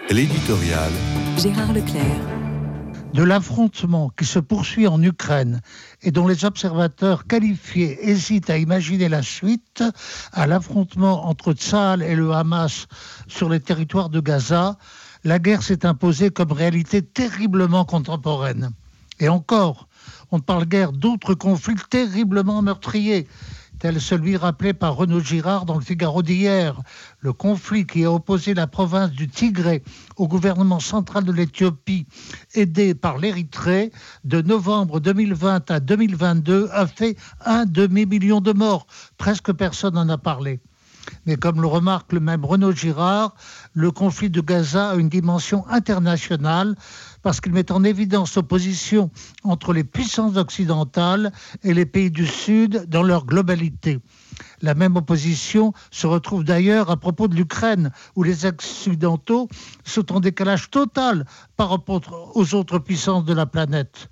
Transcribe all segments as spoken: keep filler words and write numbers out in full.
L'éditorial. Gérard Leclerc. De l'affrontement qui se poursuit en Ukraine et dont les observateurs qualifiés hésitent à imaginer la suite, à l'affrontement entre Tsahal et le Hamas sur les territoires de Gaza, la guerre s'est imposée comme réalité terriblement contemporaine. Et encore, on ne parle guère d'autres conflits terriblement meurtriers, tel celui rappelé par Renaud Girard dans le Figaro d'hier, le conflit qui a opposé la province du Tigré au gouvernement central de l'Éthiopie, aidé par l'Érythrée, de novembre deux mille vingt à deux mille vingt-deux, a fait un demi-million de morts. Presque personne n'en a parlé. Mais comme le remarque le même Renaud Girard, le conflit de Gaza a une dimension internationale parce qu'il met en évidence l'opposition entre les puissances occidentales et les pays du Sud dans leur globalité. La même opposition se retrouve d'ailleurs à propos de l'Ukraine, où les Occidentaux sont en décalage total par rapport aux autres puissances de la planète.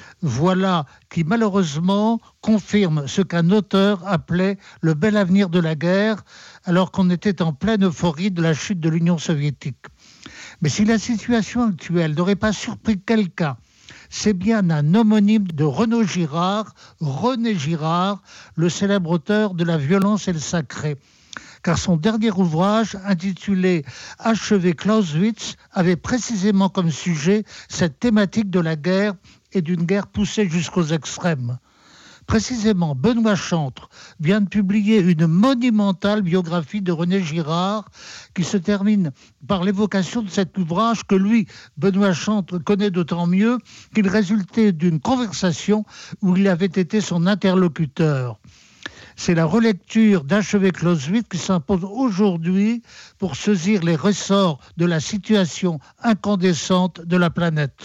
Voilà qui malheureusement confirme ce qu'un auteur appelait le bel avenir de la guerre, alors qu'on était en pleine euphorie de la chute de l'Union soviétique. Mais si la situation actuelle n'aurait pas surpris quelqu'un, c'est bien un homonyme de Renaud Girard, René Girard, le célèbre auteur de La violence et le sacré. Car son dernier ouvrage, intitulé « Achever Clausewitz », avait précisément comme sujet cette thématique de la guerre et d'une guerre poussée jusqu'aux extrêmes. Précisément, Benoît Chantre vient de publier une monumentale biographie de René Girard qui se termine par l'évocation de cet ouvrage que lui, Benoît Chantre, connaît d'autant mieux qu'il résultait d'une conversation où il avait été son interlocuteur. C'est la relecture d'Achever Clausewitz qui s'impose aujourd'hui pour saisir les ressorts de la situation incandescente de la planète.